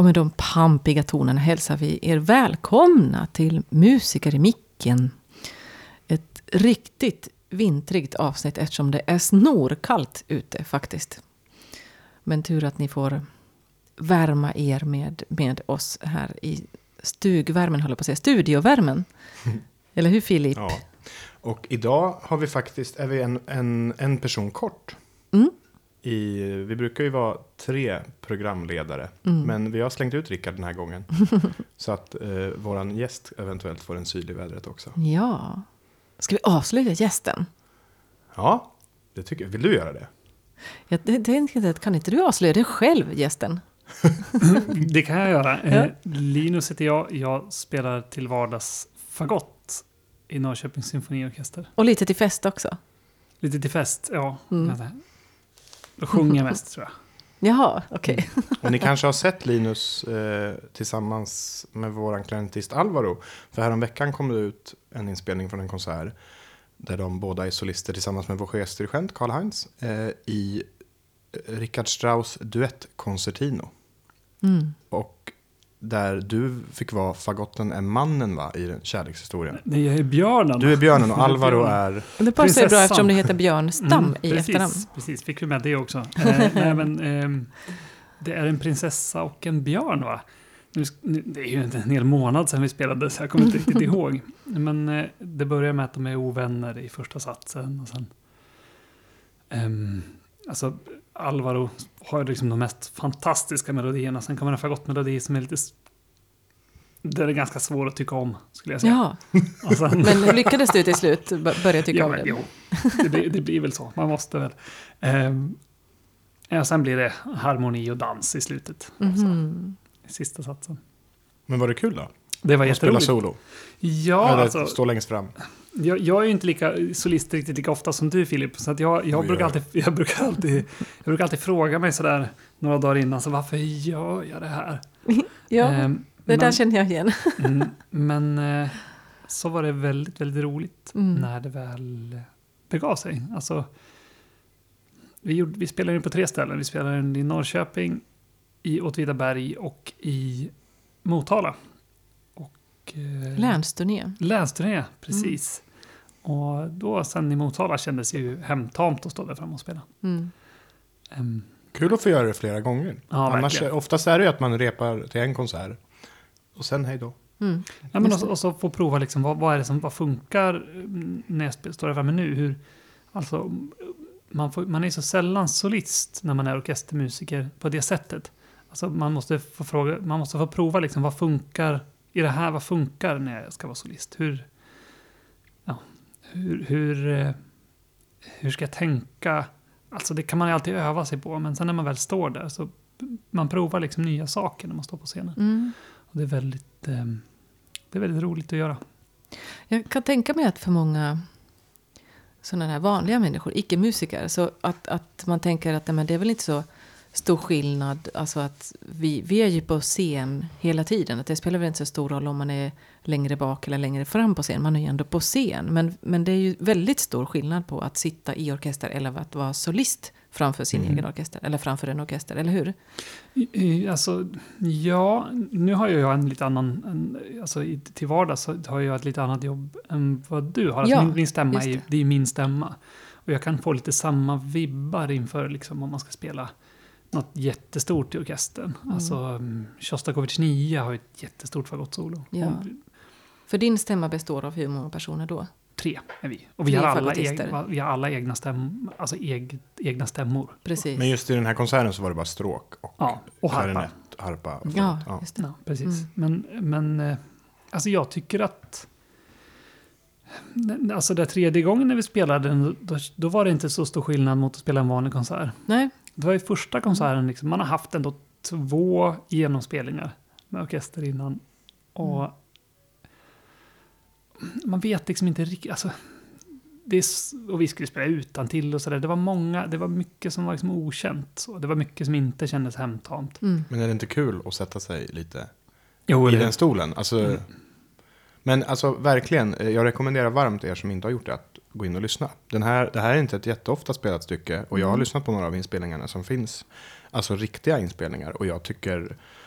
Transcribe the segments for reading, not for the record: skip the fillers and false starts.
med de pampiga tonerna hälsar vi er välkomna till Musiker i micken. Ett riktigt vintrigt avsnitt eftersom det är snorkallt ute faktiskt. Men tur att ni får värma er med oss här i stugvärmen, håller på att säga, studiovärmen. Eller hur, Filip? Ja. Och idag har vi faktiskt, är vi en person kort. Mm. Vi brukar ju vara 3 programledare. Men vi har slängt ut Rickard den här gången. Så att våran gäst eventuellt får en syl i vädret också. Ja. Ska vi avslöja gästen? Ja, det tycker jag. Vill du göra det? Jag tänkte att kan inte du avslöja det själv, gästen? Det kan jag göra. Linus heter jag. Jag spelar till vardags fagott i Norrköpings symfoniorkester. Och lite till fest också. Lite till fest, ja. Då sjunger jag mest, tror jag. Jaha, okej. Och ni kanske har sett Linus tillsammans med våran klarinettist Alvaro. För häromveckan kom det ut en inspelning från en konsert där de båda är solister tillsammans med vår chefsdirigent Karl-Heinz i Richard Strauss duettkoncertino. Och där du fick vara fagotten är mannen, va, i den kärlekshistorien. Nej, jag är björnen. Du är björnen och Alvaro är... Det passar bra eftersom det heter Björnstam i efternamn. Precis, fick vi med det också. Det är en prinsessa och en björn, va? Det är ju inte en hel månad sedan vi spelade, så jag kommer inte riktigt ihåg. Men det börjar med att de är ovänner i första satsen. Och sen, alltså Alvaro har liksom de mest fantastiska melodierna. Sen kommer en fagottmelodi som är lite... Det är ganska svår att tycka om, skulle jag säga. Ja. Sen, Men lyckades du till slut börja tycka om det? Jo, det blir väl så. Man måste väl. Sen blir det harmoni och dans i slutet. I sista satsen. Men var det kul då? Det var jätteroligt. Spela solo? Ja, eller alltså, stå längst fram? Jag är ju inte lika solist riktigt lika ofta som du, Filip. Så att jag brukar alltid fråga mig sådär några dagar innan. Så varför gör jag det här? Ja, där känner jag igen. Men så var det väldigt, väldigt roligt när det väl begav sig. Alltså, vi spelade den på 3 ställen. Vi spelade den i Norrköping, i Åtvidaberg och i Motala. Länsturné, precis. Och då sen i Motala kändes det ju hemtamt att stå där framme och spela. Kul att få göra det flera gånger. Ja, annars oftast är det ju att man repar till en konsert. Och sen hej då. Ja, men och så få prova liksom, vad är det som funkar när jag står där framme nu. Hur, alltså, man är så sällan solist när man är orkestermusiker på det sättet. Alltså, man måste få prova liksom, vad funkar i det här, vad funkar när jag ska vara solist? Hur ska jag tänka? Alltså det kan man ju alltid öva sig på, men sen när man väl står där så man provar liksom nya saker när man står på scenen. Och det är väldigt roligt att göra. Jag kan tänka mig att för många sådana här vanliga människor, icke-musiker, så att man tänker att men det är väl inte så stor skillnad, alltså att vi är ju på scen hela tiden, att det spelar väl inte så stor roll om man är längre bak eller längre fram på scen, man är ju ändå på scen, men det är ju väldigt stor skillnad på att sitta i orkester eller att vara solist framför sin egen orkester, eller framför en orkester, eller hur? Alltså, ja, nu har jag en lite annan, alltså till vardags så har jag ett lite annat jobb än vad du har. Alltså min stämma det är min stämma. Och jag kan få lite samma vibbar inför liksom, om man ska spela något jättestort i orkestern. Alltså Shostakovich 9 har ju ett jättestort fagottsolo. Ja. För din stämma består av hur många personer då? 3 är vi. Och vi har alla egna egna stämmor. Precis. Men just i den här konserten så var det bara stråk och harpa. Ja, just det. Ja, precis. Men alltså jag tycker att alltså den 3:e gången när vi spelade den, då var det inte så stor skillnad mot att spela en vanlig konsert. Nej. Det var ju första konserten, liksom, man har haft ändå 2 genomspelningar med orkester innan. Och man vet liksom inte riktigt, alltså, och vi skulle spela utan till och sådär. Det var mycket som var liksom okänt. Så det var mycket som inte kändes hemtamt. Men är det inte kul att sätta sig lite i den stolen? Alltså, men alltså verkligen, jag rekommenderar varmt er som inte har gjort det att gå in och lyssna. Det här är inte ett jätteofta spelat stycke och jag har lyssnat på några av inspelningarna som finns. Alltså riktiga inspelningar och jag tycker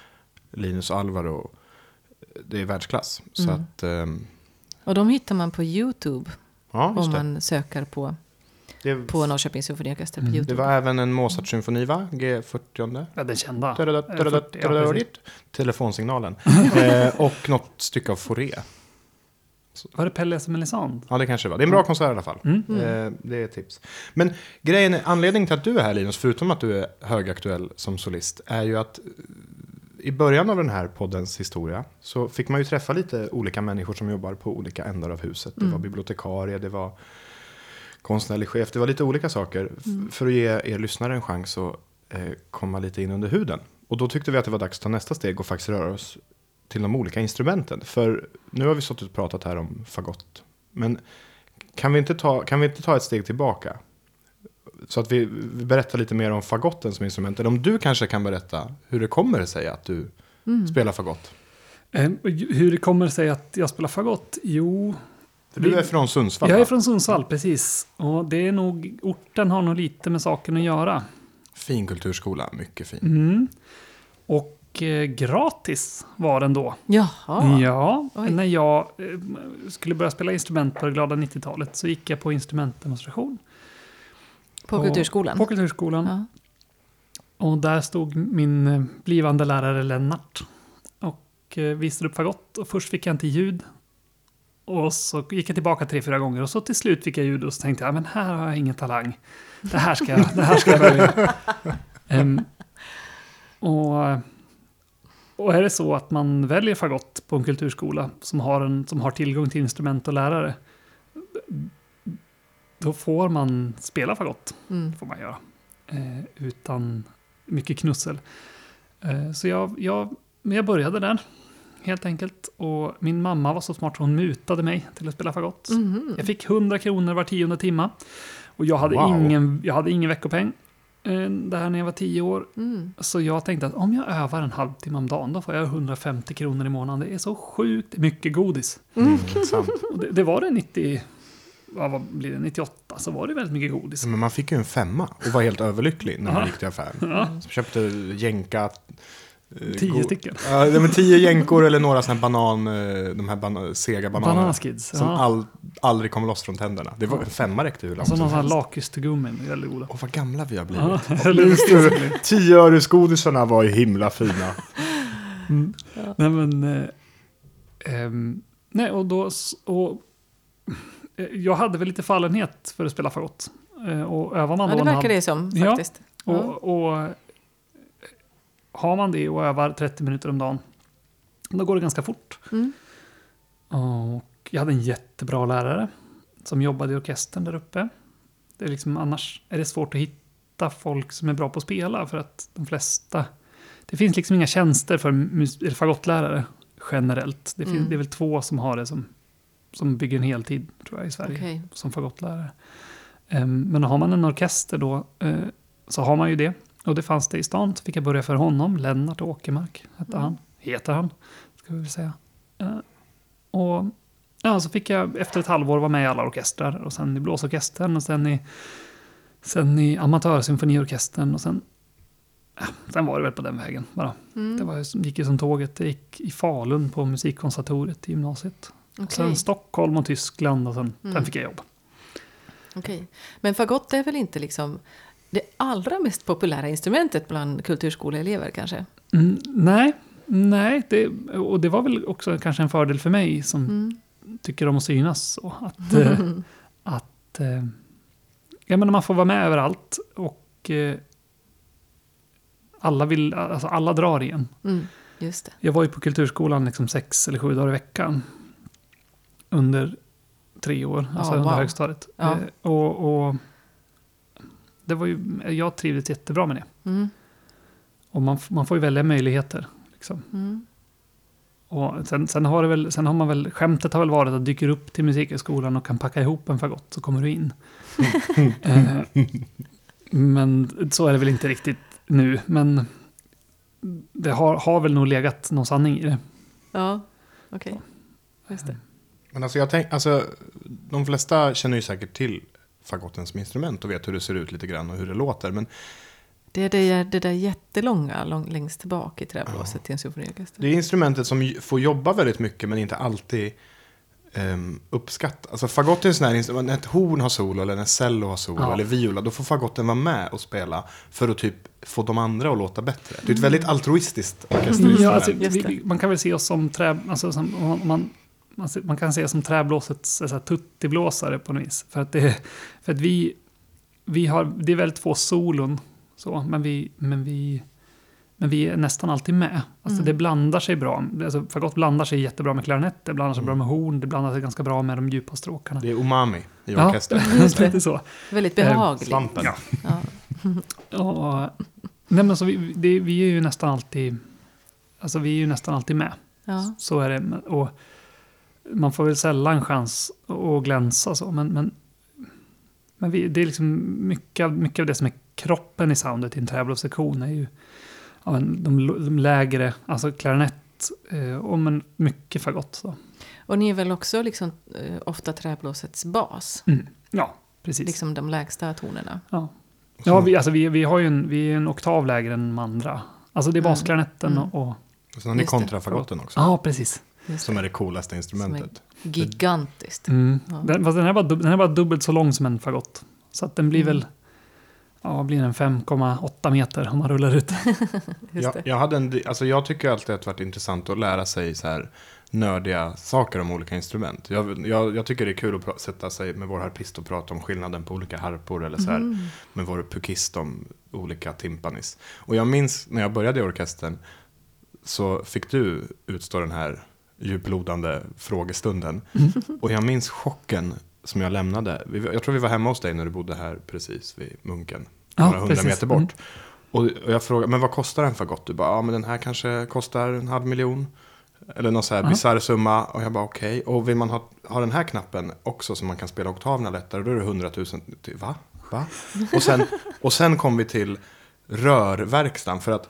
Linus och Alvaro, det är världsklass. Så att, och de hittar man på YouTube. ja, just Om det. man söker på Norrköpings symfoniorkester på Det YouTube. var även en Mozart-symfoni, va? G40. Ja, den kända. Telefonsignalen. Och något stycke av Fauré. Var det Pelle som Melisande? Ja, det kanske var. Det är en bra konsert i alla fall. Det är ett tips. Men grejen är, anledningen till att du är här, Linus, förutom att du är högaktuell som solist, är ju att i början av den här poddens historia så fick man ju träffa lite olika människor som jobbar på olika ändar av huset. Det var bibliotekarie, det var konstnärlig chef, det var lite olika saker för att ge er lyssnare en chans att komma lite in under huden. Och då tyckte vi att det var dags att ta nästa steg och faktiskt röra oss till de olika instrumenten. För nu har vi stått och pratat här om fagott. Men kan vi inte ta ett steg tillbaka? Så att vi berättar lite mer om fagotten som instrument. Eller om du kanske kan berätta hur det kommer sig att du spelar fagott. Hur det kommer sig att jag spelar fagott? Jo... För du är från Sundsvall. Jag är från Sundsvall, precis. Och det är nog, orten har nog lite med saken att göra. Fin kulturskola, mycket fin. Och gratis var den då. Jaha. Ja, Oj. när jag skulle börja spela instrument på det glada 90-talet så gick jag på instrumentdemonstration. På kulturskolan. På kulturskolan. Ja. Och där stod min blivande lärare Lennart och visade upp fagott. Och först fick jag inte ljud. Och så gick jag tillbaka 3-4 gånger och så till slut fick jag ljud och så tänkte jag, men här har jag ingen talang. Det här ska jag välja. Och är det så att man väljer fagott på en kulturskola som har tillgång till instrument och lärare, då får man spela fagott. Får man göra. Utan mycket knussel. Så jag började där. Helt enkelt. Och min mamma var så smart att hon mutade mig till att spela fagott. Jag fick 100 kronor var 10:e timma. Och jag hade ingen veckopeng. Det här när jag var 10 år. Så jag tänkte att om jag övar en halvtimme om dagen, då får jag 150 kronor i månaden. Det är så sjukt mycket godis. Och det var det vad blir det, 98, så var det väldigt mycket godis. Men man fick ju en 5 och var helt överlycklig när man gick till affären. Så köpte jänka 10 stycken. Ja, men 10 jänkor eller några såna de här sega bananer. Bananaskids. Som aldrig kom loss från tänderna. Det var en 5 räckte hur långt som som någon sån helst. här lakritstugummin, väldigt goda. Och vad gamla vi har blivit. 10-öresgodisarna var ju himla fina. Nej men jag hade väl lite fallenhet för att spela fagott. Och övar man Ja, då det verkar det som faktiskt. Ja, och har man det och övar 30 minuter om dagen, då går det ganska fort. Och jag hade en jättebra lärare som jobbade i orkestern där uppe. Det är liksom, annars är det svårt att hitta folk som är bra på att spela, för att de flesta... Det finns liksom inga tjänster för fagottlärare generellt. Det är väl 2 som har det som bygger en heltid, tror jag, i Sverige som fagottlärare. Men har man en orkester då så har man ju det. Och det fanns det i stan, så fick jag börja för honom. Lennart Åkermark heter han, ska vi väl säga. Och så fick jag efter ett halvår vara med i alla orkestrar. Och sen i blåsorkestern och sen i amatörsymfoniorkestern. Och sen var det väl på den vägen bara. Gick ju som tåget. Det gick i Falun på musikkonservatoriet i gymnasiet. Och sen Stockholm och Tyskland och sen fick jag jobb. Okej. Men fagott är väl inte liksom det allra mest populära instrumentet bland kulturskoleelever kanske? Nej. Det var väl också kanske en fördel för mig som tycker om att synas. Så att jag menar, man får vara med överallt och alla drar igen. Just det. Jag var ju på kulturskolan liksom 6 eller 7 dagar i veckan under 3 år, under högstadiet. Ja. Och det var ju, jag trivdes jättebra med det. Och man får ju välja möjligheter liksom. Och sen har man väl, skämtet har väl varit att dyker upp till musikhögskolan och kan packa ihop en fagott, så kommer du in. Men så är det väl inte riktigt nu, men det har väl nog legat någon sanning i det. Ja, okej. Just det. Men de flesta känner ju säkert till fagotten som instrument och vet hur det ser ut lite grann och hur det låter. Men Det är det där jättelånga längst tillbaka i träblåset till en symfoniorkester. Det är instrumentet som får jobba väldigt mycket men inte alltid uppskattas. Alltså fagott är en sån här instrument, när ett horn har solo eller när cello har solo eller viola, då får fagotten vara med och spela för att typ få de andra att låta bättre. Det är ett väldigt altruistiskt orkesterinstrument. Ja, alltså, man kan väl se oss som man kan se som träblåsets tuttiblåsare på något vis. För att vi har, det är väldigt få solon så, men vi är nästan alltid med. Alltså det blandar sig bra. Alltså fagott blandar sig jättebra med klarinett, det blandar sig bra med horn, det blandar sig ganska bra med de djupa stråkarna. Det är umami i orkestern. Ja, just lite så. Väldigt behagligt. Svampen. Ja. Nej, men så vi är ju nästan alltid, alltså vi är ju nästan alltid med. Ja. Så är det. Och man får väl sällan chans att glänsa så, men det är liksom mycket av det som är kroppen i soundet i en träblåssektion är ju de lägre, alltså klarinett och men mycket fagott så. Och ni är väl också liksom ofta träblåsets bas? Ja, precis. Liksom de lägsta tonerna. Ja, vi har ju vi är en oktav lägre än de andra. Alltså det är basklarinetten och så har ni kontrafagotten också. Ja, precis. Som är det coolaste instrumentet. Gigantiskt. Fast den är bara dubbelt så lång som en fagott. Så att den blir väl blir en 5,8 meter om man rullar ut. Jag tycker alltid att det har varit intressant att lära sig så här nördiga saker om olika instrument. Jag tycker det är kul att sätta sig med vår harpist och prata om skillnaden på olika harpor eller så här med vår pukist om olika timpanis. Och jag minns när jag började i orkestern så fick du utstå den här djuplodande frågestunden. Och jag minns chocken som jag lämnade. Jag tror vi var hemma hos dig när du bodde här precis vid Munken. Några 100 meter bort. Och jag frågade, men vad kostar en fagott? Du bara, men den här kanske kostar 500 000. Eller någon så här bizarr summa. Och jag bara, okej. Och vill man ha den här knappen också så man kan spela oktaverna lättare, då är det 100 000. Va? Och sen kom vi till rörverkstan. För att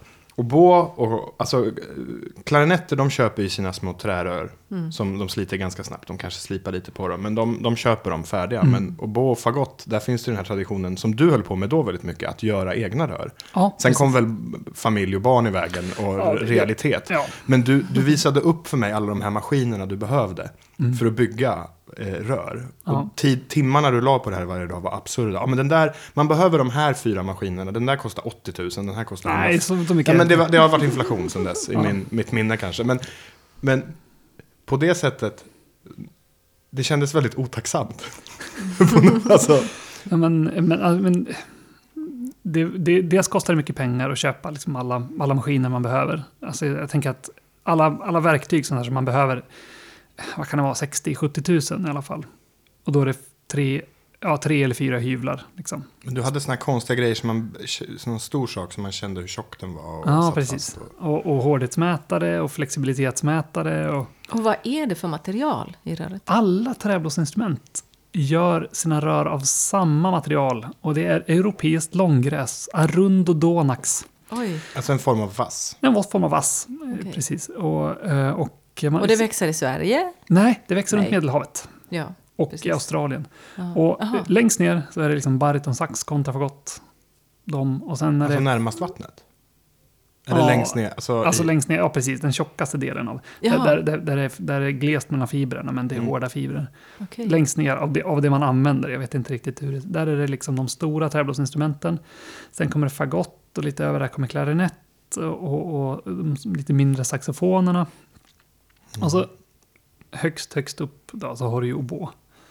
klarinetter, de köper ju sina små trärör som de sliter ganska snabbt. De kanske slipar lite på dem, men de köper dem färdiga. Men och fagott, där finns det den här traditionen som du höll på med då väldigt mycket, att göra egna rör. Ja, sen kom väl familj och barn i vägen och realitet. Ja. Men du visade upp för mig alla de här maskinerna du behövde för att bygga rör. Ja. Och timmarna du la på det här varje dag var absurda. Ja, men den där, man behöver de här 4 maskinerna. Den där kostar 80 000, den här kostar... Nej, så mycket. Ja, men det har varit inflation sedan dess i mitt minne kanske. Men på det sättet, det kändes väldigt otacksamt. Alltså. Ja, men dels kostar det mycket pengar att köpa liksom alla maskiner man behöver. Alltså, jag tänker att alla verktyg som man behöver, vad kan det vara, 60-70 000 i alla fall. Och då är det 3 eller 4 hyvlar. Liksom. Men du hade såna här konstiga grejer som en stor sak som man kände hur tjock den var. Ja, precis. Och hårdhetsmätare och flexibilitetsmätare. Och vad är det för material i röret? Alla träblåsinstrument gör sina rör av samma material. Och det är europeiskt långgräs, Arundodonax. Oj. Alltså en form av vass. En form av vass, precis. Och det växer i Sverige? Nej, det växer runt Medelhavet. Ja, och precis. I Australien. Och längst ner så är det liksom baritonsax, kontrafagott. Och sen är det närmast vattnet? Eller längst ner? Alltså längst ner, ja precis. Den tjockaste delen av. Där är det glest mellan fibrerna, men det är hårda fibrer. Okay. Längst ner av det man använder, jag vet inte riktigt hur det är. Där är det liksom de stora träblåsinstrumenten. Sen kommer det fagott och lite över där kommer klarinett och lite mindre saxofonerna. Och så högst upp då, så har du ju oboe.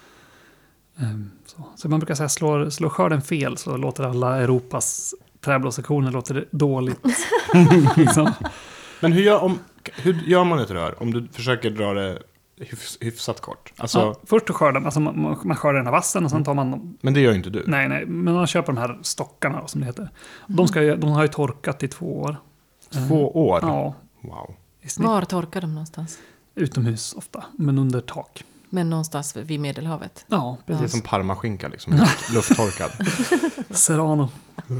Så man brukar säga slå skörden fel så låter alla Europas träblåssektioner låter dåligt. Liksom. Men hur gör man ett rör om du försöker dra det hyfsat kort? Alltså, först skörden, alltså man skör den här vassen och sen tar man... Men det gör ju inte du. Nej, men man köper de här stockarna som det heter. De har ju torkat i 2 år. 2 år? Ja. Wow. Var torkar de någonstans? Utomhus ofta, men under tak. Men någonstans vid Medelhavet? Ja, precis. Det är som parmaskinka liksom, lufttorkad. Serrano.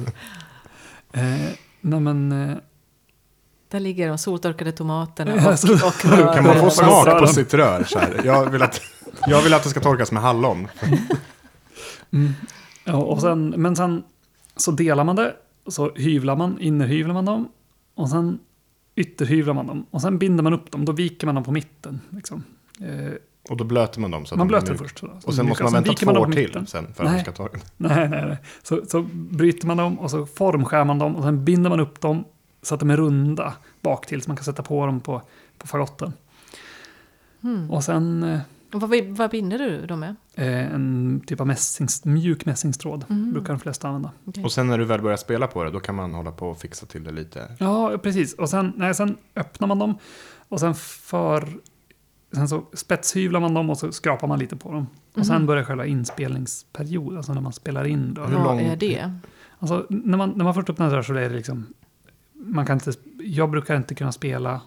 Där ligger de soltorkade tomaterna och rör. Kan man få smak på sitt rör? Så här? Jag vill att det ska torkas med hallon. Ja, och sen så delar man det så innerhyvlar man dem och sen ytterhyvlar man dem och sen binder man upp dem. Då viker man dem på mitten. Liksom. Och då blöter man dem så att man de blöter är först. Och sen måste man vänta 2 år till sen för att de ska ta den. Nej. Så bryter man dem och så formskär man dem och sen binder man upp dem så att de är runda bak till så man kan sätta på dem på fagotten. Och sen... Vad binder du dem med? En typ av mjuk mässingstråd brukar de flesta använda. Okay. Och sen när du väl börjar spela på det, då kan man hålla på och fixa till det lite. Ja, precis. Och sen öppnar man dem och sen så spetshyvlar man dem och så skrapar man lite på dem. Och sen börjar själva inspelningsperioden, alltså när man spelar in. Då. Hur lång är det? Alltså när man först öppnar det där så är det liksom, jag brukar inte kunna spela.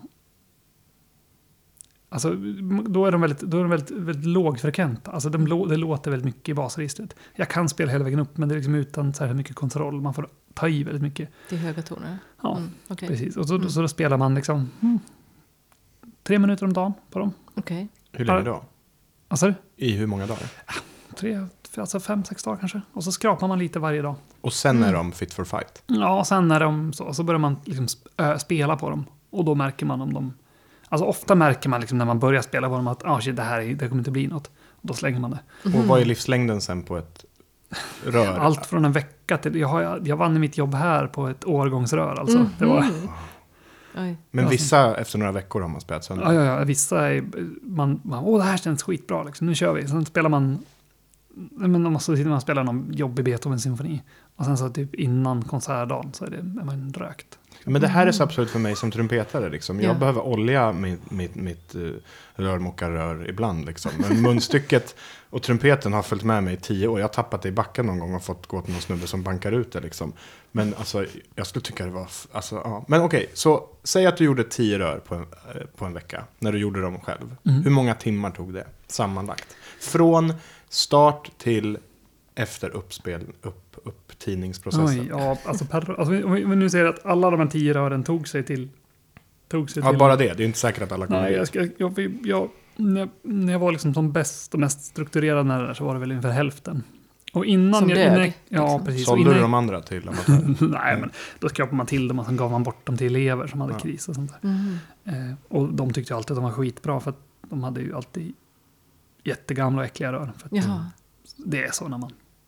Alltså, då är de väldigt lågfrekventa. Alltså, det låter väldigt mycket i basregistret. Jag kan spela hela vägen upp, men det är liksom utan så här mycket kontroll. Man får ta i väldigt mycket. Det är höga toner? Ja, precis. Och så då spelar man liksom 3 minuter om dagen på dem. Okay. Hur länge då? Alltså, i hur många dagar? 5-6 dagar kanske. Och så skrapar man lite varje dag. Och sen är de fit for fight? Ja, och sen är de så börjar man liksom spela på dem. Och då märker man om de... Alltså ofta märker man liksom när man börjar spela på dem att det kommer inte bli något. Och då slänger man det. Och vad är livslängden sen på ett rör? Allt från en vecka till... Jag vann mitt jobb här på ett årgångsrör. Alltså. Det var... Men vissa efter några veckor har man spelat sönder. Ja, vissa är... det här känns skitbra. Liksom. Nu kör vi. Sen spelar man... Men så sitter man och spelar någon jobbig Beethoven-symfoni. Och sen så typ innan konsertdagen så är man rökt. Men det här är så absolut för mig som trumpetare. Liksom. Jag behöver olja mitt rörmokarrör ibland. Liksom. Men munstycket och trumpeten har följt med mig i 10 år. Jag har tappat det i backen någon gång och fått gå till någon snubbe som bankar ut det. Liksom. Men alltså, jag skulle tycka det var... Alltså, ja. Men okej, så säg att du gjorde 10 rör på en vecka. När du gjorde dem själv. Hur många timmar tog det sammanlagt? Från start till efter upptidningsprocessen. Oj, ja, alltså om vi nu säger att alla de här 10 rören tog sig till... Ja, bara det. Det är inte säkert att alla kommer dit. När jag var liksom som bäst och mest strukturerad med det där så var det väl ungefär hälften. Och innan som dög? Ja, precis. Sålde du de andra till amatörer? Nej, men då skrapade man till dem och sen gav man bort dem till elever som hade kris och sånt där. Och de tyckte ju alltid att de var skitbra för att de hade ju alltid jättegamla och äckliga rör. För att det är så när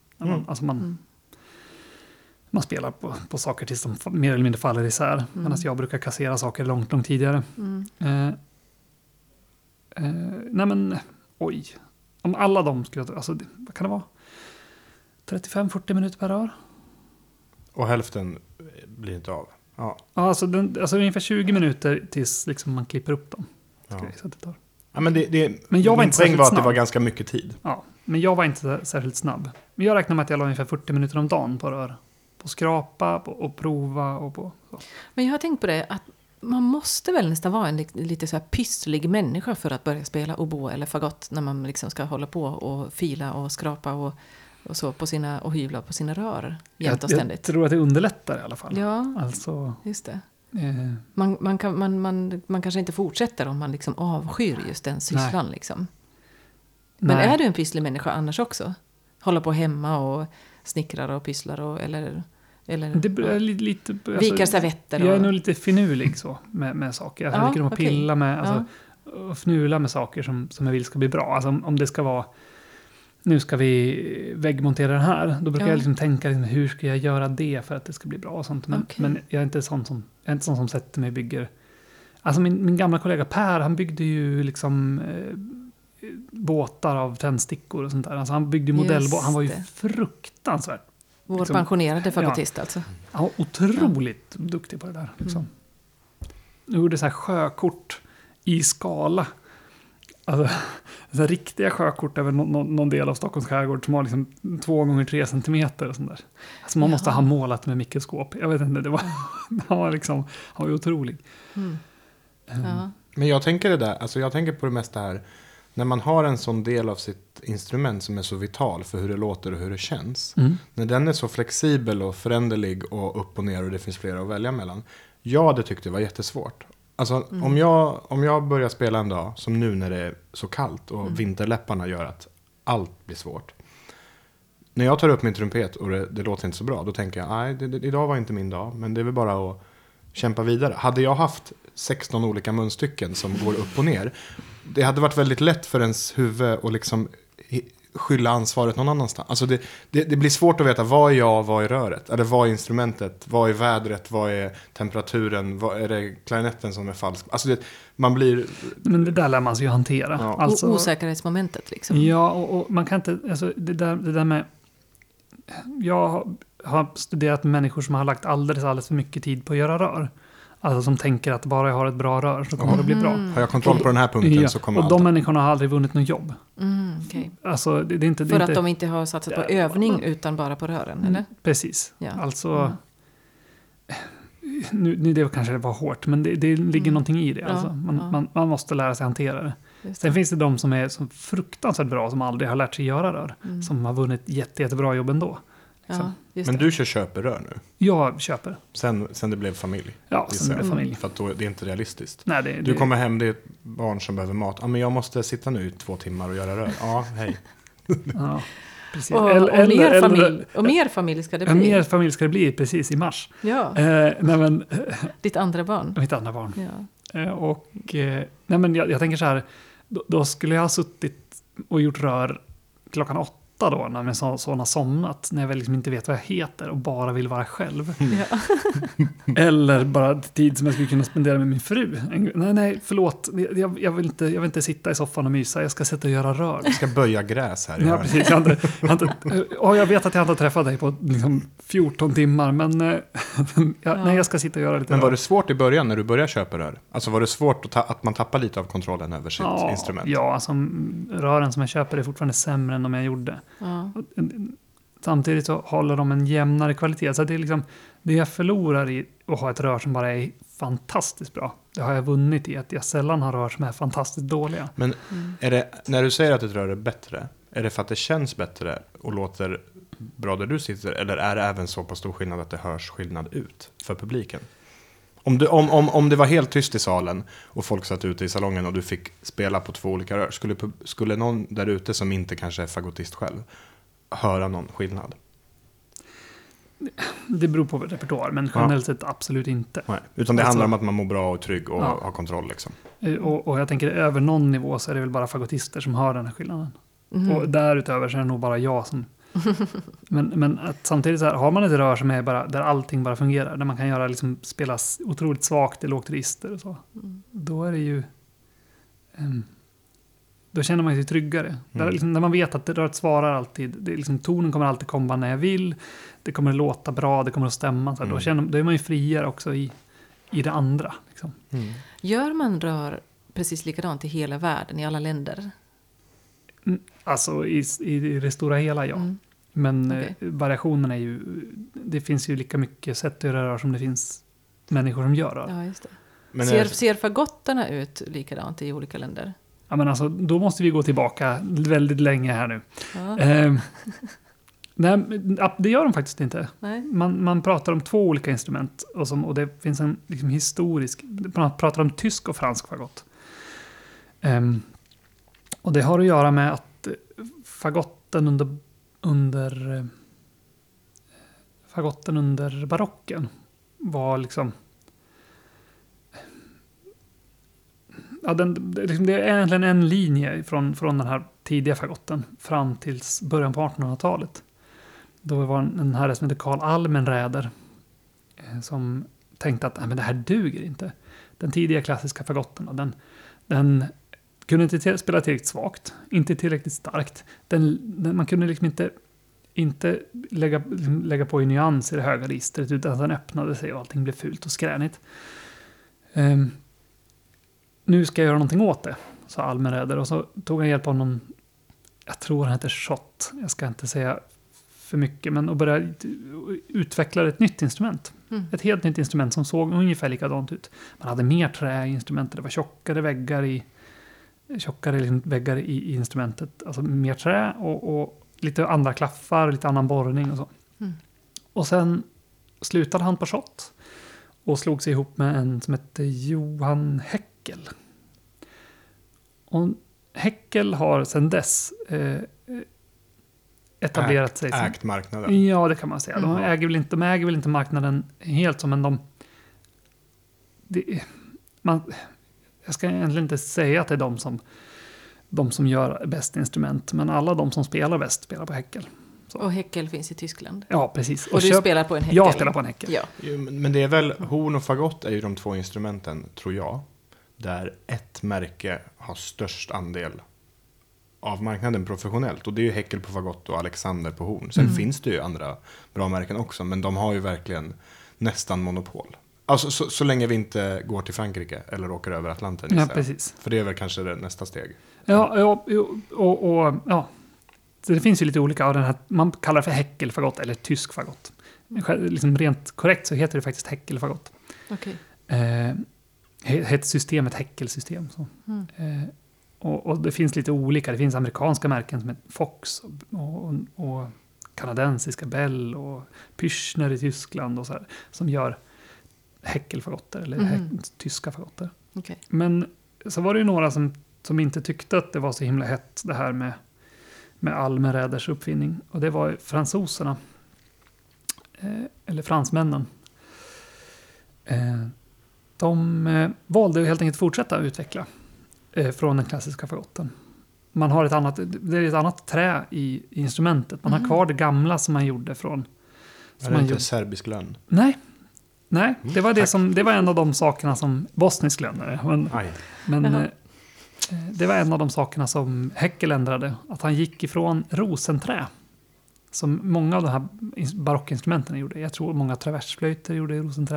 man spelar på saker tills de mer eller mindre faller isär. Medan jag brukar kassera saker långt, långt tidigare. Nej men, oj. Om alla de skulle... Alltså, vad kan det vara? 35-40 minuter per rör. Och hälften blir inte av? Ja. Alltså ungefär 20 minuter tills liksom man klipper upp dem. Så det tar. Ja, men men jag var inte poäng var att snabb. det var ganska mycket tid. Ja, men jag var inte särskilt snabb. Men jag räknar med att jag la ungefär 40 minuter om dagen på rör. På skrapa, och prova och på så. Men jag har tänkt på det att man måste väl nästan vara en lite så här pysslig människa för att börja spela oboe eller fagott när man liksom ska hålla på och fila och skrapa och så på sina och hyvla på sina rör jämt och ständigt. Jag tror att det underlättar i alla fall. Ja, alltså, just det. Man kanske inte fortsätter om man liksom avskyr just den sysslan. Liksom. Men är du en pysslig människa annars också? Hålla på hemma och snickrar och pysslar eller det är lite, vikar servetter. Jag är nog lite finurlig så med saker. Jag tycker om att pilla med och fnula med saker som jag vill ska bli bra. Alltså om det ska vara nu ska vi väggmontera den här. Då brukar jag liksom tänka hur ska jag göra det för att det ska bli bra och sånt. Men jag är inte sån som sätter mig och bygger. Alltså min gamla kollega Per, han byggde ju liksom båtar av tändstickor och sånt där. Alltså han byggde modellbåtar. Han var ju fruktansvärt. Vår liksom, pensionerade fagottist alltså. Han var otroligt duktig på det där. Liksom. Nu gjorde så här sjökort i skala. Alltså, så riktiga sjökort över någon del av Stockholms skärgård som har liksom 2x3 centimeter och sånt där. Alltså man måste ha målat med mikroskop. Jag vet inte, det var han var ju otrolig. Men jag tänker det där, alltså jag tänker på det mesta här. När man har en sån del av sitt instrument som är så vital för hur det låter och hur det känns. När den är så flexibel och föränderlig och upp och ner och det finns flera att välja mellan. Det tyckte jag var jättesvårt. Alltså om jag börjar spela en dag som nu när det är så kallt och vinterläpparna gör att allt blir svårt. när jag tar upp min trumpet och det låter inte så bra, då tänker jag, nej, idag var inte min dag, men det är väl bara att kämpa vidare. Hade jag haft 16 olika munstycken som går upp och ner, det hade varit väldigt lätt för ens huvud att liksom skylla ansvaret någon annanstans. Alltså det blir svårt att veta, vad är jag, vad är röret? Eller vad är instrumentet? Vad är vädret? Vad är temperaturen? Vad är det klarinetten som är falsk? Alltså man blir... Men det där lär man sig ju hantera. Ja. Alltså, Osäkerhetsmomentet liksom. Ja, och man kan inte... Alltså, det där med... Jag har studerat människor som har lagt alldeles för mycket tid på att göra rör. Alltså som tänker att bara jag har ett bra rör så kommer det bli bra. Har jag kontroll på den här punkten så kommer och de människorna har aldrig vunnit något jobb. Okay. Alltså, det är inte, för att de inte har satsat på övning utan bara på rören, eller? Precis. Ja. Alltså... Nu det kanske var hårt, men det ligger någonting i det. Ja, alltså. Man måste lära sig hantera det. Sen finns det de som är så fruktansvärt bra, som aldrig har lärt sig göra rör. Som har vunnit jättebra jobb ändå. Ja, men du köper rör nu? Jag köper. Sen det blev familj? Ja, sen det blev familj. För att då, det är inte realistiskt. Nej, du kommer hem, det är ett barn som behöver mat. Ja, men jag måste sitta nu i 2 timmar och göra rör. Ja, hej. Ja, precis. Och mer familj ska det bli. Mer familj ska det bli, precis, i mars. Ja. Ditt andra barn. Mitt andra barn. Ja. Nej, men jag tänker så här, då skulle jag ha suttit och gjort rör 8:00 då, när min son har somnat, när jag väl liksom inte vet vad jag heter och bara vill vara själv. Ja. Eller bara tid som jag skulle kunna spendera med min fru. Nej, förlåt. Jag vill inte sitta i soffan och mysa. Jag ska sitta och göra rör. Jag ska böja gräs här. Ja, precis. Jag vet att jag inte har träffat dig på liksom 14 timmar, men nej, jag ska sitta och göra lite Men var rör. det svårt i början när du började köpa rör? Alltså var det svårt att man tappar lite av kontrollen över sitt instrument? Ja, alltså rören som jag köper är fortfarande sämre än de jag gjorde. Ja. Samtidigt så håller de en jämnare kvalitet. Så det är liksom det jag förlorar i att ha ett rör som bara är fantastiskt bra. Det har jag vunnit i att jag sällan har rör som är fantastiskt dåliga. Men är det, när du säger att ett rör är bättre, är det för att det känns bättre och låter bra där du sitter? Eller är det även så på stor skillnad att det hörs skillnad ut för publiken? Om det var helt tyst i salen och folk satt ute i salongen och du fick spela på 2 olika rör, skulle någon där ute som inte kanske är fagottist själv höra någon skillnad? Det beror på repertoar, men generellt sett absolut inte. Nej, utan det handlar om att man mår bra och trygg och har kontroll liksom. Och jag tänker över någon nivå så är det väl bara fagottister som hör den här skillnaden. Och därutöver så är det nog bara jag som... men att samtidigt så här, har man ett rör som är bara, där allting bara fungerar, där man kan göra liksom, spelas otroligt svagt i lågt register och så, då är det ju... Då känner man sig tryggare. Där, liksom, när man vet att det röret svarar alltid. Det är liksom, tonen kommer alltid komma när jag vill. Det kommer att låta bra, det kommer att stämma. Så då är man ju friare också i det andra. Liksom. Gör man rör precis likadant i hela världen, i alla länder? Alltså i det stora hela, ja. Men variationen är ju... Det finns ju lika mycket sätt att göra rör som det finns människor som gör rör. Ja, just det. Men ser fagotterna ut likadant i olika länder? Ja, men alltså, då måste vi gå tillbaka väldigt länge här nu. Ja. Nej, det gör de faktiskt inte. Nej. Man pratar om 2 olika instrument och det finns en liksom, historisk... Man pratar om tysk och fransk fagott. Och det har att göra med att fagotten under barocken var liksom... Ja, det är egentligen en linje från den här tidiga fagotten fram till början på 1800-talet. Då var en herre som heter Karl Almenräder som tänkte att men det här duger inte. Den tidiga klassiska fagotten, den kunde inte spela tillräckligt svagt, inte tillräckligt starkt. Man kunde liksom inte lägga på i nyanser i det höga registret, utan den öppnade sig och allting blev fult och skränigt. Nu ska jag göra någonting åt det, sa Almenräder. Och så tog han hjälp av någon, jag tror han heter Schott, jag ska inte säga för mycket, men och började utveckla ett nytt instrument. Ett helt nytt instrument som såg ungefär likadant ut. Man hade mer trä i instrumentet, det var tjockare väggar i instrumentet, alltså mer trä och lite andra klaffar, lite annan borrning och så. Och sen slutade han på Schott och slog sig ihop med en som hette Johan Heckel. Och Heckel har sedan dess etablerat sig. Ägt marknaden. Ja, det kan man säga. De äger väl inte marknaden helt som, men jag ska egentligen inte säga att det är de som gör bäst instrument, men alla de som spelar bäst spelar på Heckel. Så. Och Heckel finns i Tyskland. Ja, precis. Och du spelar på en Heckel? Jag spelar på en Heckel. Ja. Men det är väl, horn och fagott är ju de två instrumenten, tror jag, där ett märke har störst andel av marknaden professionellt. Och det är ju Heckel på fagott och Alexander på horn. Sen finns det ju andra bra märken också, men de har ju verkligen nästan monopol. Alltså så länge vi inte går till Frankrike eller åker över Atlanten. Ja, precis. För det är väl kanske det nästa steg. Ja. Så det finns ju lite olika av den här, man kallar det för Heckelfagott eller tysk fagott. Liksom rent korrekt så heter det faktiskt Heckelfagott. Okej. Heter systemet Heckelsystem. Så. Och det finns lite olika. Det finns amerikanska märken som heter Fox och kanadensiska Bell och Pyrschner i Tyskland och så här, som gör Heckelfagotter eller tyska fagotter. Okay. Men så var det ju några som inte tyckte att det var så himla hett det här med Almenräders uppfinning. Och det var fransoserna. Eller fransmännen. De valde ju helt enkelt att fortsätta utveckla från den klassiska fagotten. Man har det är ett annat trä i instrumentet. Man har kvar det gamla som man gjorde från... Är det inte serbisk lönn? Nej, det var det var en av de sakerna som bosnisk lönn är. Men det var en av de sakerna som Heckel ändrade. Att han gick ifrån rosenträ. Som många av de här barockinstrumenten gjorde. Jag tror många traversflöjter gjorde rosenträ.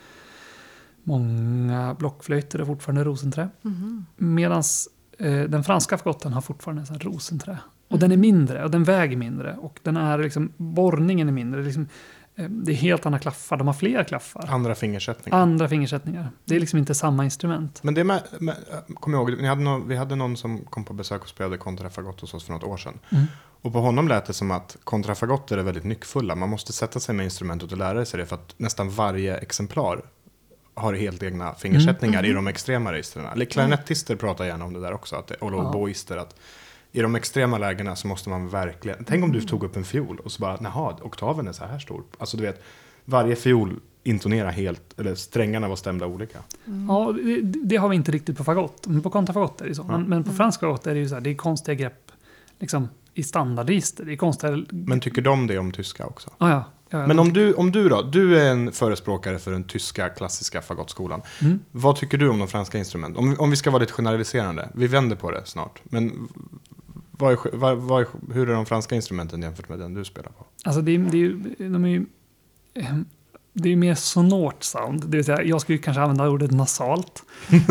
Många blockflöjter är fortfarande rosenträ. Medan den franska fagotten har fortfarande så här rosenträ. Och den är mindre och den väger mindre. Och den är liksom, borrningen är mindre. Det är helt andra klaffar. De har fler klaffar. Andra fingersättningar. Det är liksom inte samma instrument. Men det kom jag ihåg, vi hade någon som kom på besök och spelade kontrafagott hos oss för något år sedan. Och på honom lät det som att kontrafagotter är väldigt nyckfulla. Man måste sätta sig med instrumentet och lära sig det, för att nästan varje exemplar har helt egna fingersättningar i de extrema registerna. Eller klarinettister pratar gärna om det där också, och oboister, att i de extrema lägena så måste man verkligen... Tänk om du tog upp en fiol och så bara, naha, oktaven är så här stor. Alltså du vet, varje fiol intonerar helt, eller strängarna var stämda olika. Ja, det har vi inte riktigt på fagott. Men på kontrafagott är det så. Men på fransk fagott är det ju så här, det är konstiga grepp liksom, i standardregister. Det är konstiga... Men tycker de det om tyska också? Ja. Men om du då, du är en förespråkare för den tyska klassiska fagottskolan. Vad tycker du om de franska instrumenten? Om vi ska vara lite generaliserande, vi vänder på det snart. Men hur är de franska instrumenten jämfört med den du spelar på? Alltså det är ju mer sonort sound. Det vill säga, jag skulle kanske använda ordet nasalt.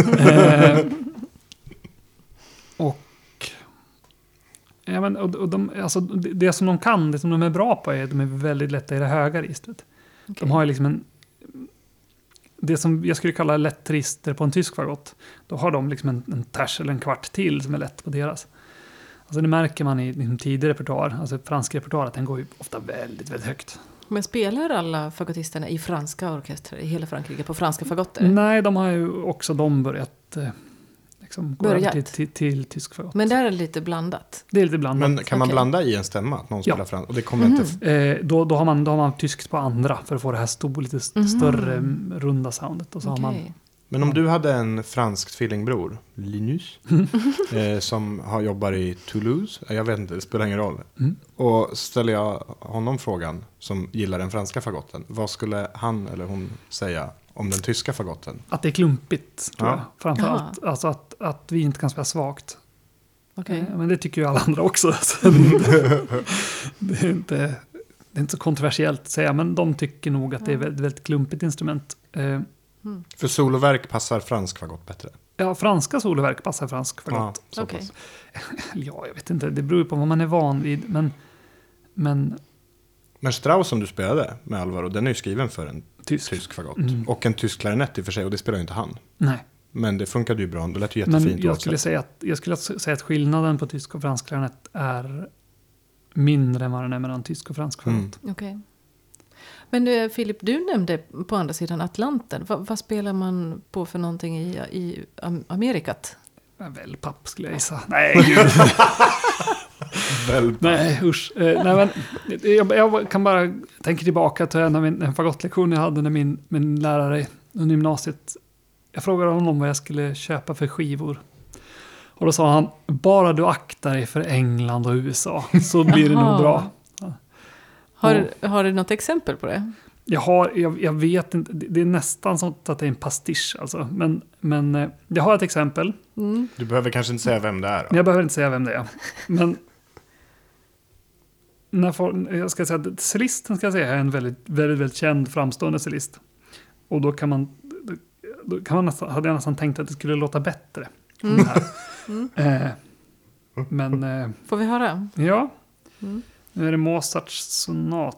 Det som de kan, det som de är bra på är att de är väldigt lätta i det höga registret. Okay. De har ju liksom det som jag skulle kalla lätt register på en tysk fagott. Då har de liksom en ters eller en kvart till som är lätt på deras. Alltså det märker man i liksom tidig repertoar, alltså fransk repertoar, att den går ju ofta väldigt, väldigt högt. Men spelar alla fagottisterna i franska orkestrar i hela Frankrike på franska fagotter? Nej, de har ju också börjat gå över till tysk fagott. Men där är det lite blandat? Det är lite blandat. Men kan man blanda i en stämma att någon spelar fransk? Och det kommer inte... Då har man tyskt på andra för att få det här lite större runda soundet. Och så har man... Men om du hade en fransk tvillingbror, Linus, som jobbar i Toulouse, jag vet inte, det spelar ingen roll. Och ställer jag honom frågan, som gillar den franska fagotten, vad skulle han eller hon säga om den tyska fagotten? Att det är klumpigt, tror jag. Framförallt. Alltså att vi inte kan spela svagt. Okay. Men det tycker ju alla andra också. Det är inte så kontroversiellt att säga, men de tycker nog att det är ett väldigt klumpigt instrument. För soloverk passar fransk fagott bättre? Ja, franska soloverk passar fransk fagott. Ja, okay. Ja, jag vet inte. Det beror ju på vad man är van vid. Men Strauss som du spelade med Alvaro, den är ju skriven för en tysk fagott. Och en tysk klarinett i och för sig, och det spelar ju inte han. Nej. Men det funkade ju bra, det lät ju jättefint. Men jag skulle säga att skillnaden på tysk och fransk klarinett är mindre än vad den är mellan tysk och fransk fagott. Okej. Men Filip, du nämnde på andra sidan Atlanten. Vad spelar man på för någonting i Amerikat? Väl papp skulle jag gissa. Nej, gud. Väl. Nej, usch. Nej, men jag kan bara tänka tillbaka till en fagottlektion jag hade när min lärare under gymnasiet. Jag frågade honom vad jag skulle köpa för skivor. Och då sa han, bara du aktar dig för England och USA så blir det nog bra. Har du något exempel på det? Jag vet inte, det är nästan som att det är en pastisch alltså. Men jag har ett exempel. Mm. Du behöver kanske inte säga vem det är. Då. Jag behöver inte säga vem det är. Men jag ska säga att cellisten ska jag säga är en väldigt, väldigt, väldigt känd framstående cellist. Och då kan man nästan, hade jag nästan tänkt att det skulle låta bättre. Mm. Men får vi höra? ja. Nu är det Mozarts sonat.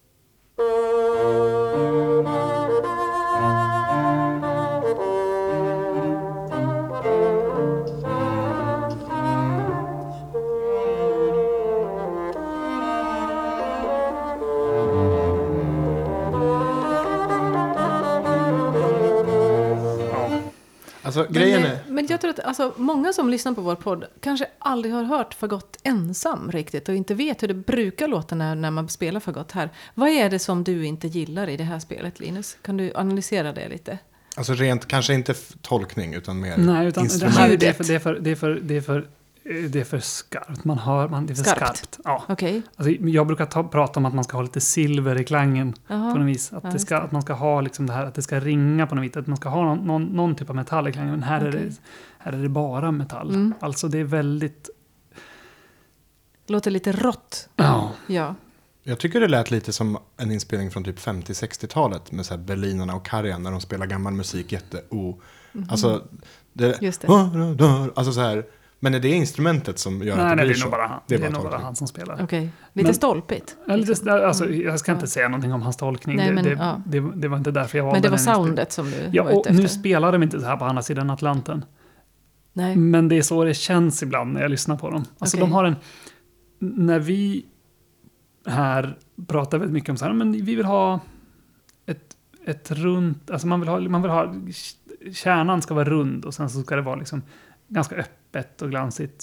Alltså, grejen är... Men jag tror att många som lyssnar på vår podd kanske aldrig har hört fagott ensam riktigt och inte vet hur det brukar låta när man spelar fagott här. Vad är det som du inte gillar i det här spelet, Linus? Kan du analysera det lite? Alltså rent, kanske inte tolkning utan mer instrument. Det är för skarpt. Det är för skarpt. Ja. Okay. Alltså, jag brukar prata om att man ska ha lite silver i klangen på något vis. Att man ska ha liksom det här, att det ska ringa på något vis. Att man ska ha någon typ av metall i klangen. Men här är det bara metall. Mm. Alltså det är väldigt... Låter lite rått. Ja. Jag tycker det lät lite som en inspelning från typ 50-60-talet med så här Berlinarna och Karajan när de spelar gammal musik Alltså Just det. Alltså så här. Men är det instrumentet som gör att det blir så? Det är nog bara han som spelar. Okay. Lite stolpigt. Jag ska inte säga någonting om hans tolkning. Nej, det var inte därför jag var. Men det var soundet som du var ute efter. Nu spelar de inte så här på andra sidan Atlanten. Nej. Men det är så det känns ibland när jag lyssnar på dem. Alltså de har när vi här pratar väldigt mycket om så här, men vi vill ha ett runt, alltså man vill ha kärnan ska vara rund och sen så ska det vara liksom ganska öppet och glansigt.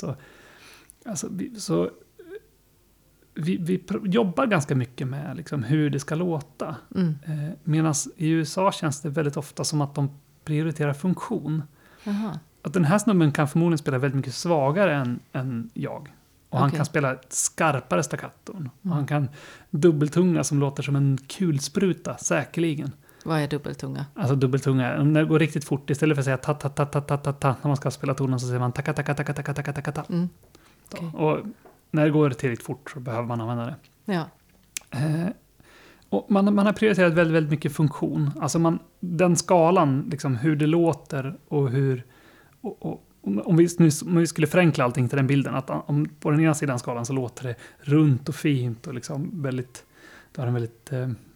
Vi jobbar ganska mycket med liksom hur det ska låta. Medan i USA känns det väldigt ofta som att de prioriterar funktion. Aha. Att den här snubben kan förmodligen spela väldigt mycket svagare än jag. Och han kan spela ett skarpare staccaton. Och han kan dubbeltunga som låter som en kulspruta, säkerligen. Vad är dubbeltunga? Alltså dubbeltunga. När det går riktigt fort, istället för att säga ta ta ta ta ta ta ta när man ska spela tonen så säger man taka taka taka taka taka taka ta. Okay. Och när det går tillräckligt fort så behöver man använda det. Ja. Och man har prioriterat väldigt, väldigt mycket funktion. Alltså den skalan, liksom hur det låter och hur... Och om vi skulle förenkla allting till den bilden, att om på den ena sidan skalan så låter det runt och fint och liksom väldigt... Det har en väldigt...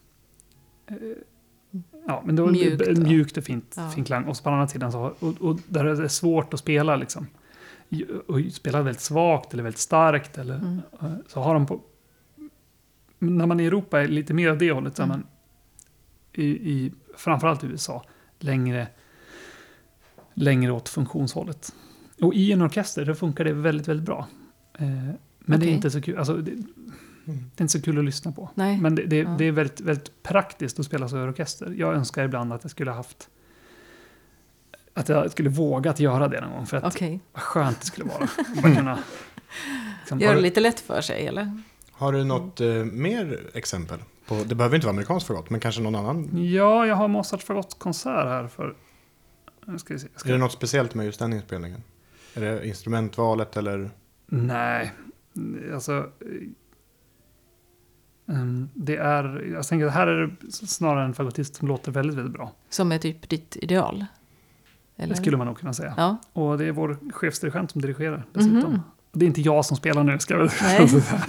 men då mjukt och fint klang. Och så på den andra sidan så och där är det svårt att spela liksom. Och spela väldigt svagt eller väldigt starkt eller så har de på... När man i Europa är lite mer av det hållet så är man i framförallt i USA längre åt funktionshållet. Och i en orkester då funkar det väldigt, väldigt bra. Men det är inte så kul. Alltså, det är inte så kul att lyssna på. Nej. Men det är väldigt, väldigt praktiskt att spela så i orkester. Jag önskar ibland att jag skulle haft... Att jag skulle vågat göra det någon gång. För att vad skönt det skulle vara. Bara kunna, liksom, gör det lite lätt för sig, eller? Har du något mer exempel? Det behöver inte vara amerikansk fagott, men kanske någon annan? Ja, jag har Mozarts fagottkonsert här för... Är det något speciellt med just den inspelningen? Är det instrumentvalet eller? Nej, alltså det är, jag tänker att här är det snarare en fagottist som låter väldigt, väldigt bra. Som är typ ditt ideal? Eller? Det skulle man nog kunna säga. Ja. Och det är vår chefsdirigent som dirigerar dessutom. Och det är inte jag som spelar nu, ska jag väl säga.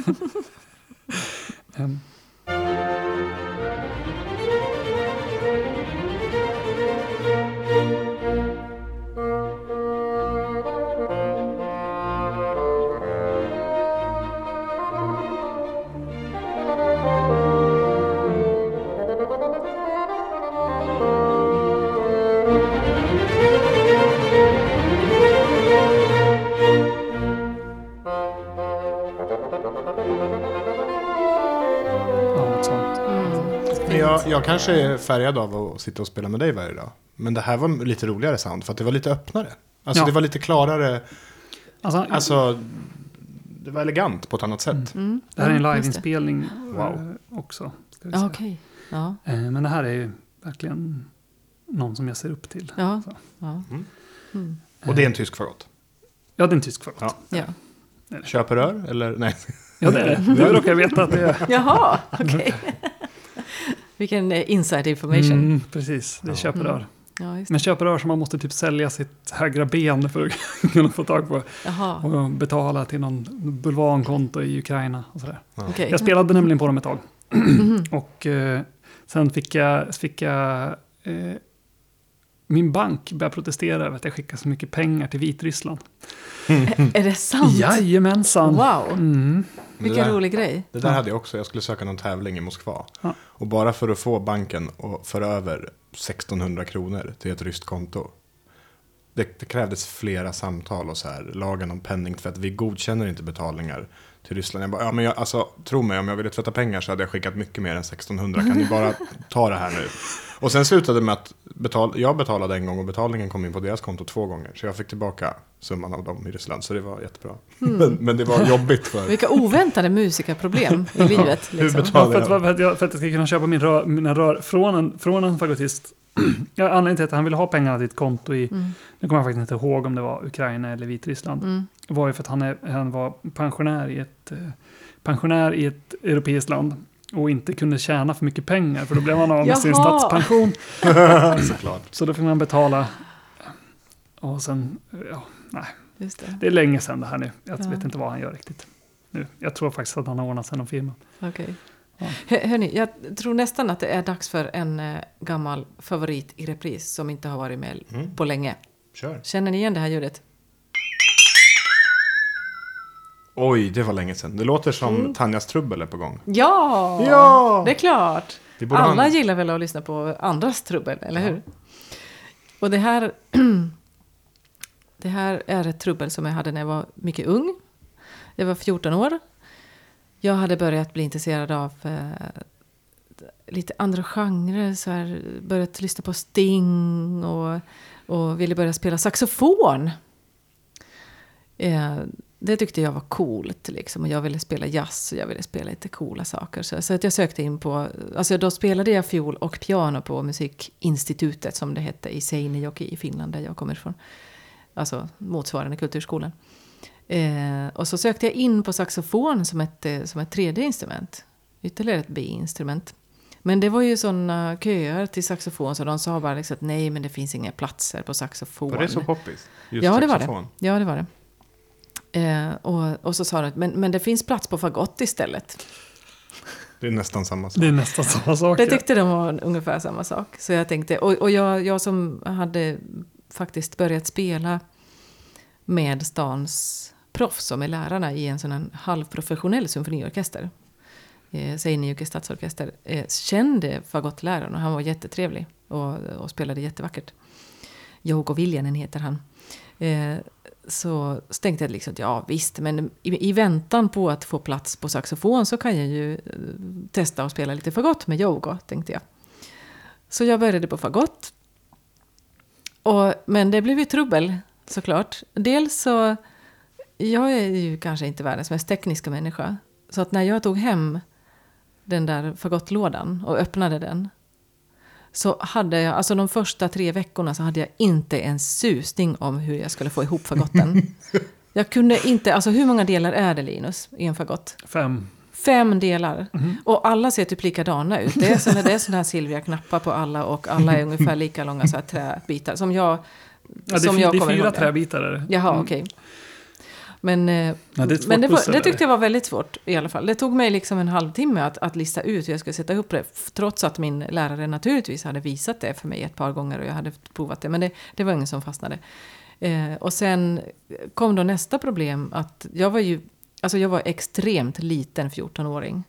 Ja, något sånt. Men jag kanske är färgad av att sitta och spela med dig varje dag. Men det här var lite roligare sound för att det var lite öppnare. Alltså Ja. det var lite klarare. Alltså, Det var elegant på ett annat sätt. det här är en just det. liveinspelning Wow. också. Ska vi Ja, säga. okej. Ja. Men det här är ju verkligen någon som jag ser upp till. Ja. Så. Ja. Mm. Och det är en tysk fagott. Ja, det är en tysk fagott. Ja. Ja. Köperör eller nej? Ja, det är det. Nu råkar jag veta att det är... Jaha, okej. Vilken inside information. Precis, det är köprör. Ja, just det. Men köprör som man måste typ sälja sitt högra ben för att kunna få tag på. Jaha, Och betala till någon bulvankonto i Ukraina och sådär. okej. Jag spelade nämligen på dem ett tag. Och sen fick jag min bank började protestera över att jag skickade så mycket pengar till Vitryssland. Är det sant? Jajamensan. Wow, Mm. vilken rolig grej. Det där hade jag också. Jag skulle söka någon tävling i Moskva. Ja. Och bara för att få banken att föra över 1600 kronor till ett ryskt konto. Det krävdes flera samtal och så här. Lagen om penningtvätt. Vi godkänner inte betalningar till Ryssland. Jag bara, ja, men tro mig, om jag ville tvätta pengar så hade jag skickat mycket mer än 1600. Kan ni bara ta det här nu? Och sen slutade det med att jag betalade en gång och betalningen kom in på deras konto 2 gånger. Så jag fick tillbaka summan av dem i Ryssland. Så det var jättebra. Men det var jobbigt för... Vilka oväntade musikerproblem i livet. Hur Liksom. betalar jag? För att jag ska kunna köpa mina rör från en fagottist. Anledningen till att han ville ha pengarna till ett konto i, nu kommer jag faktiskt inte ihåg om det var Ukraina eller Vitryssland, var ju för att han var pensionär i ett europeiskt land och inte kunde tjäna för mycket pengar, för då blev han av med sin Jaha. statspension. Såklart. Så då fick man betala. Och sen, nej. Just det. Det är länge sedan det här nu. Jag Ja. vet inte vad han gör riktigt nu. Jag tror faktiskt att han har ordnat sig någon firma. Okej. Ja. Hörni, jag tror nästan att det är dags för en gammal favorit i repris som inte har varit med på länge. Kör. Känner ni igen det här ljudet? Oj, det var länge sedan. Det låter som Tanjas trubbel är på gång. Ja! Ja! Det är klart. Vi borde Alla ha en- gillar väl att lyssna på andras trubbel, eller hur? Och det här är ett trubbel som jag hade när jag var mycket ung. Jag var 14 år. Jag hade börjat bli intresserad av lite andra genrer. Så här, börjat lyssna på Sting och ville börja spela saxofon. Det tyckte jag var coolt liksom. Och jag ville spela jazz och jag ville spela lite coola saker. Så att jag sökte in på... Alltså då spelade jag fiol och piano på musikinstitutet som det hette i Seinäjoki i Finland där jag kommer ifrån. Alltså motsvarande kulturskolan. Och så sökte jag in på saxofon som ett tredje instrument. Ytterligare ett B-instrument. Men det var ju sådana köer till saxofon så de sa bara liksom att nej, men det finns inga platser på saxofon. Var det så poppis? Just Ja, det var saxofon. det. Ja, det var det. Och så sa de, men det finns plats på fagott istället. Det är nästan samma sak. Det är nästan samma sak. Det tyckte de var ungefär samma sak. Så jag tänkte, och jag som hade faktiskt börjat spela med stans proffs som är lärarna i en sån här halvprofessionell symfoniorkester. Seinäjoki stadsorkester. Kände fagottläraren och han var jättetrevlig och spelade jättevackert. Jouko Viljanen heter han. Så tänkte jag liksom, ja visst, men i väntan på att få plats på saxofon så kan jag ju testa att spela lite fagott med Jouko, tänkte jag. Så jag började på fagott. Men det blev ju trubbel, såklart. Dels så, jag är ju kanske inte världens mest tekniska människa. Så att när jag tog hem den där fagottlådan och öppnade den, så hade jag, alltså de första 3 veckorna så hade jag inte en susning om hur jag skulle få ihop fagotten. Jag kunde inte, alltså hur många delar är det, Linus, i en fagott? 5. 5 delar. Och alla ser typ likadana ut. Det är sådana här Silvia-knappar på alla och alla är ungefär lika långa så här träbitar. Som jag Ja, som det jag är kommer 4 ihåg det. träbitar. Är det. Jaha, okej. Men, det är ett svårt men pussel, det är tyckte jag var väldigt svårt i alla fall. Det tog mig liksom en halvtimme att lista ut hur jag skulle sätta ihop det. Trots att min lärare naturligtvis hade visat det för mig ett par gånger och jag hade provat det. Men det var ingen som fastnade. Och sen kom då nästa problem att jag var extremt liten 14-åring.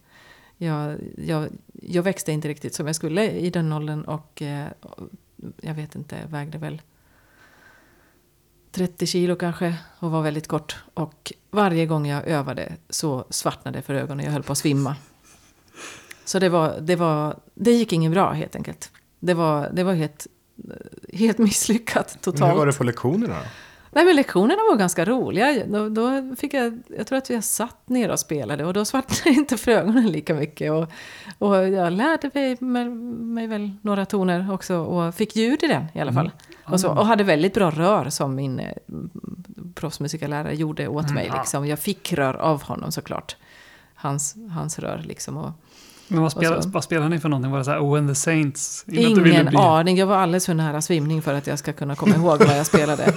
Jag växte inte riktigt som jag skulle i den åldern och jag vet inte, vägde väl 30 kilo kanske och var väldigt kort. Och varje gång jag övade så svartnade för ögonen. Jag höll på att svimma. Så det gick inget bra helt enkelt. Det var helt misslyckat totalt. Men hur var det på lektionerna då? Nej, men lektionerna var ganska roliga. Då fick jag tror att jag satt ner och spelade. Och då svartnade inte för ögonen lika mycket. Och jag lärde mig väl några toner också. Och fick ljud i den i alla fall. Och hade väldigt bra rör som min proffsmusikerlärare gjorde åt mig. Liksom. Jag fick rör av honom såklart. Hans rör liksom. Men vad spelar ni för någonting? Var det så här Oh and the Saints? Ingen aning. Jag var alldeles för nära svimning för att jag ska kunna komma ihåg vad jag spelade.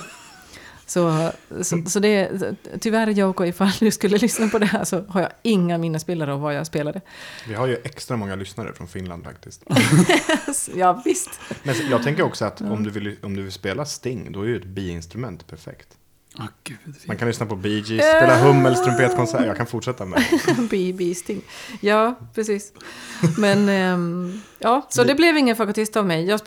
Så det tyvärr Jouko, ifall du skulle lyssna på det här så har jag inga minnesbilder av vad jag spelade. Vi har ju extra många lyssnare från Finland faktiskt. Ja, visst. Men jag tänker också att om du vill spela Sting, då är ju ett biinstrument perfekt. Gud, man kan lyssna på Bee Gees, spela Hummels trumpetkonsert. Jag kan fortsätta med Bee Sting. Ja, precis. Men så det blev ingen fagottist av mig.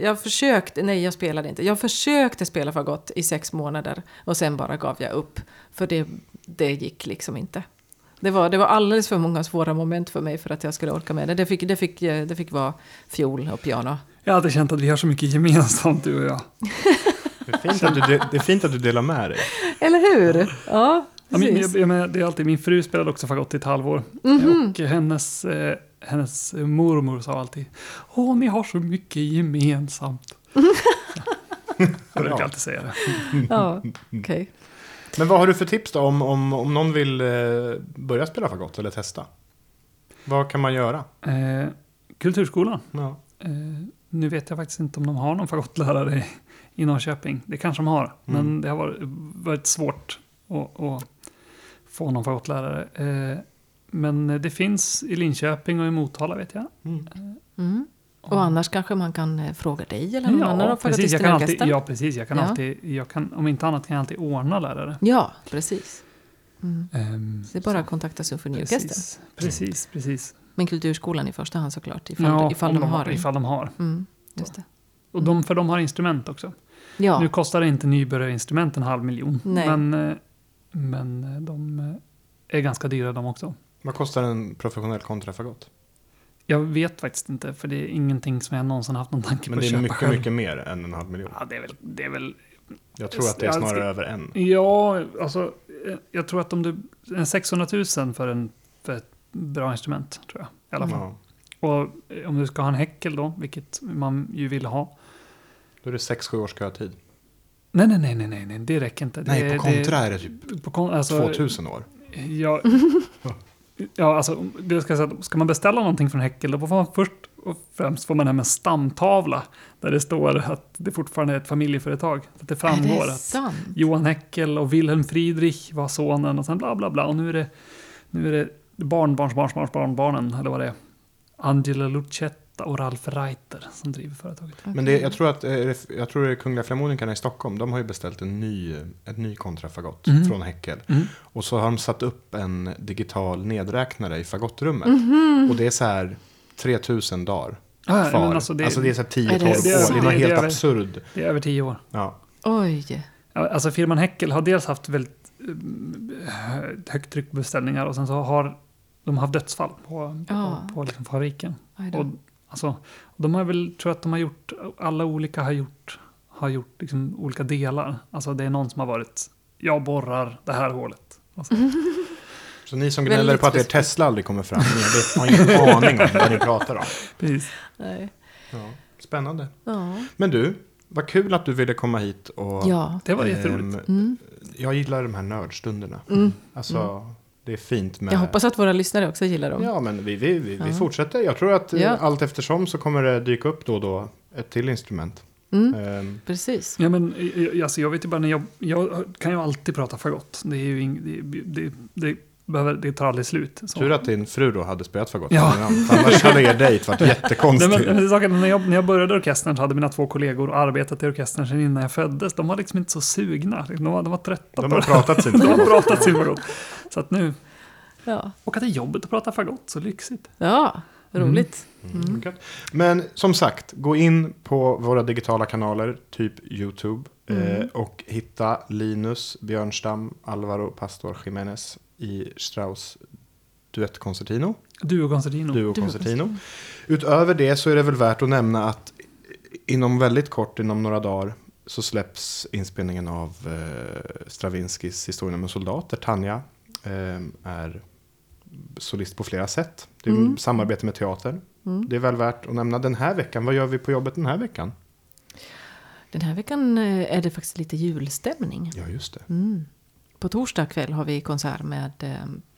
Jag spelade inte. Jag försökte spela fagott i 6 månader och sen bara gav jag upp. För det gick liksom inte. Det var alldeles för många svåra moment för mig för att jag skulle orka med det. Det fick vara fiol och piano. Jag hade känt att vi har så mycket gemensamt, du och jag. Det är fint att du delar med dig. Eller hur? Ja, precis. Det är alltid, min fru spelade också fagott i ett halvår. Och hennes mormor sa alltid ni har så mycket gemensamt. Jag brukar alltid säga det. Ja, okej. Men vad har du för tips då om någon vill börja spela fagott eller testa? Vad kan man göra? Kulturskolan. Ja. Nu vet jag faktiskt inte om de har någon fagottlärare i Norrköping. Det kanske de har. Men det har varit svårt att få någon fagottlärare. Men det finns i Linköping och i Motala, vet jag. Och annars kanske man kan fråga dig eller någon annan precis. fagottist i orkestern. Ja, precis. Jag kan, om inte annat kan jag alltid ordna lärare. Ja, precis. Så det är bara att kontakta symfoniorkestern. Precis. Men kulturskolan i första hand såklart. Ifall de har. Just det. Och för de har instrument också. Ja. Nu kostar det inte nybörjarinstrument 500 000. Men de är ganska dyra de också. Vad kostar en professionell kontrafagott? Jag vet faktiskt inte, för det är ingenting som jag någonsin haft någon tanke på att köpa själv. Men det är mycket mer än 500 000. Ja, det är väl... Jag tror att det är snarare över en. Ja, alltså jag tror att om du 600 000 för ett bra instrument, tror jag i alla fall. Ja. Och om du ska ha en häckel då, vilket man ju vill ha. Då är det 6-7 års kötid. Nej, det räcker inte. Nej, på kontra är det typ 2000 år. Ja, alltså ska man beställa någonting från häckel, då får man först och främst får man hem en stamtavla där det står att det fortfarande är ett familjeföretag. Så att det framgår att Johan Häckel och Wilhelm Friedrich var sonen och sen bla bla bla. Och nu är det barnbarnen, eller vad det är. Angela Lucetta och Ralf Reiter som driver företaget. Okay. Men jag tror det är Kungliga Filharmonikerna i Stockholm. De har ju beställt ett ny kontrafagott från Häckel. Och så har de satt upp en digital nedräknare i fagottrummet. Och det är så här 3000 dagar kvar. Men alltså det är så här 10-12 år. Det är helt absurd. Det är över 10 år. Ja. Oj. Alltså firman Häckel har dels haft väldigt högt tryck på beställningar och sen så har de haft dödsfall på liksom fabriken. Och alltså, de har väl, tror att de har gjort, alla olika har gjort liksom olika delar. Alltså det är någon som har varit, jag borrar det här hålet. Alltså. Så ni som gnäller på att er Tesla aldrig kommer fram, ni har ingen aning om vad ni pratar om. Precis. Nej. Ja, spännande. Ja. Men du, vad kul att du ville komma hit. Och, det var jätteroligt. Jag gillar de här nördstunderna. Alltså... Det är fint med... Jag hoppas att våra lyssnare också gillar dem. Ja, men vi fortsätter. Jag tror att allt eftersom så kommer det dyka upp då ett till instrument. Precis. Ja, men alltså, jag vet ju bara när jag kan ju alltid prata fagott. Det är ju det tar aldrig slut. Så. Tur att din fru då hade spelat fagott. Ja. Annars hade er dejt varit jättekonstigt. När jag började orkestern så hade mina 2 kollegor arbetat i orkestern sedan innan jag föddes. De var liksom inte så sugna. De var trötta. De har pratat sin fagott. Så att nu åka till jobbet och prata fagott, så lyxigt. Ja, Roligt. Gött. Men som sagt, gå in på våra digitala kanaler, typ YouTube, och hitta Linus Björnstam, Alvaro Pastor Jiménez i Strauss duettkoncertino. Duo-koncertino. Utöver det så är det väl värt att nämna att inom några dagar, så släpps inspelningen av Stravinskys Historien om en soldat, där Tanja är solist på flera sätt. Det är samarbete med teatern. Det är väl värt att nämna den här veckan. Vad gör vi på jobbet den här veckan? Den här veckan är det faktiskt lite julstämning. Ja, just det. På torsdag kväll har vi konsert med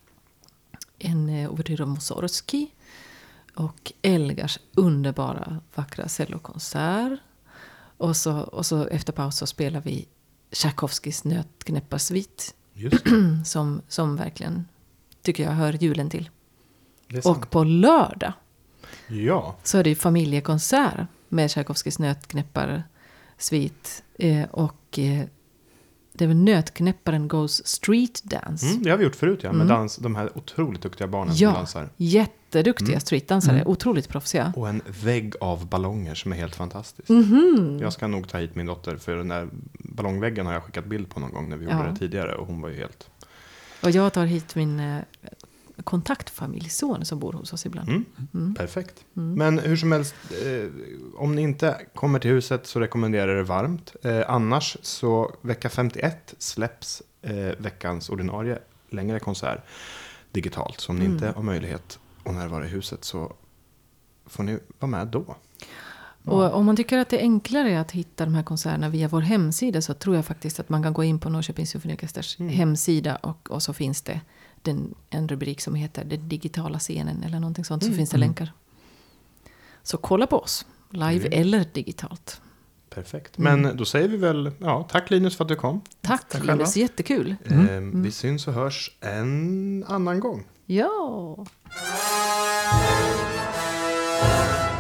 en ouvertyr av Mussorgsky och Elgars underbara, vackra cellokonsert. Och så efter paus så spelar vi Tchaikovskys Nötknäpparsvit. Just det. som verkligen, tycker jag, hör julen till. Det är sant. Och på lördag Ja. så är det familjekonsert med Tchaikovskys Nötknäpparsvit. Och det är väl Nötknäpparen Goes Street Dance. Det har vi gjort förut, ja. Med de här otroligt duktiga barnen som Ja, dansar. jätteduktiga streetdansare. Otroligt proffsiga. Och en vägg av ballonger som är helt fantastisk. Jag ska nog ta hit min dotter, för den där ballongväggen har jag skickat bild på någon gång när vi gjorde det tidigare. Och hon var ju helt... Och jag tar hit min kontaktfamiljson som bor hos oss ibland. Perfekt. Men hur som helst, om ni inte kommer till huset så rekommenderar jag det varmt. Annars så vecka 51 släpps veckans ordinarie längre konsert digitalt. Så om ni inte har möjlighet att närvara i huset så får ni vara med då. Och om man tycker att det är enklare att hitta de här konserterna via vår hemsida, så tror jag faktiskt att man kan gå in på Norrköpings Symfoniorkesters hemsida och så finns det en rubrik som heter Den digitala scenen eller någonting sånt, så finns det länkar. Så kolla på oss, live eller digitalt. Perfekt. Men då säger vi väl, tack Linus för att du kom. Tack Linus, jättekul. Vi syns och hörs en annan gång. Ja.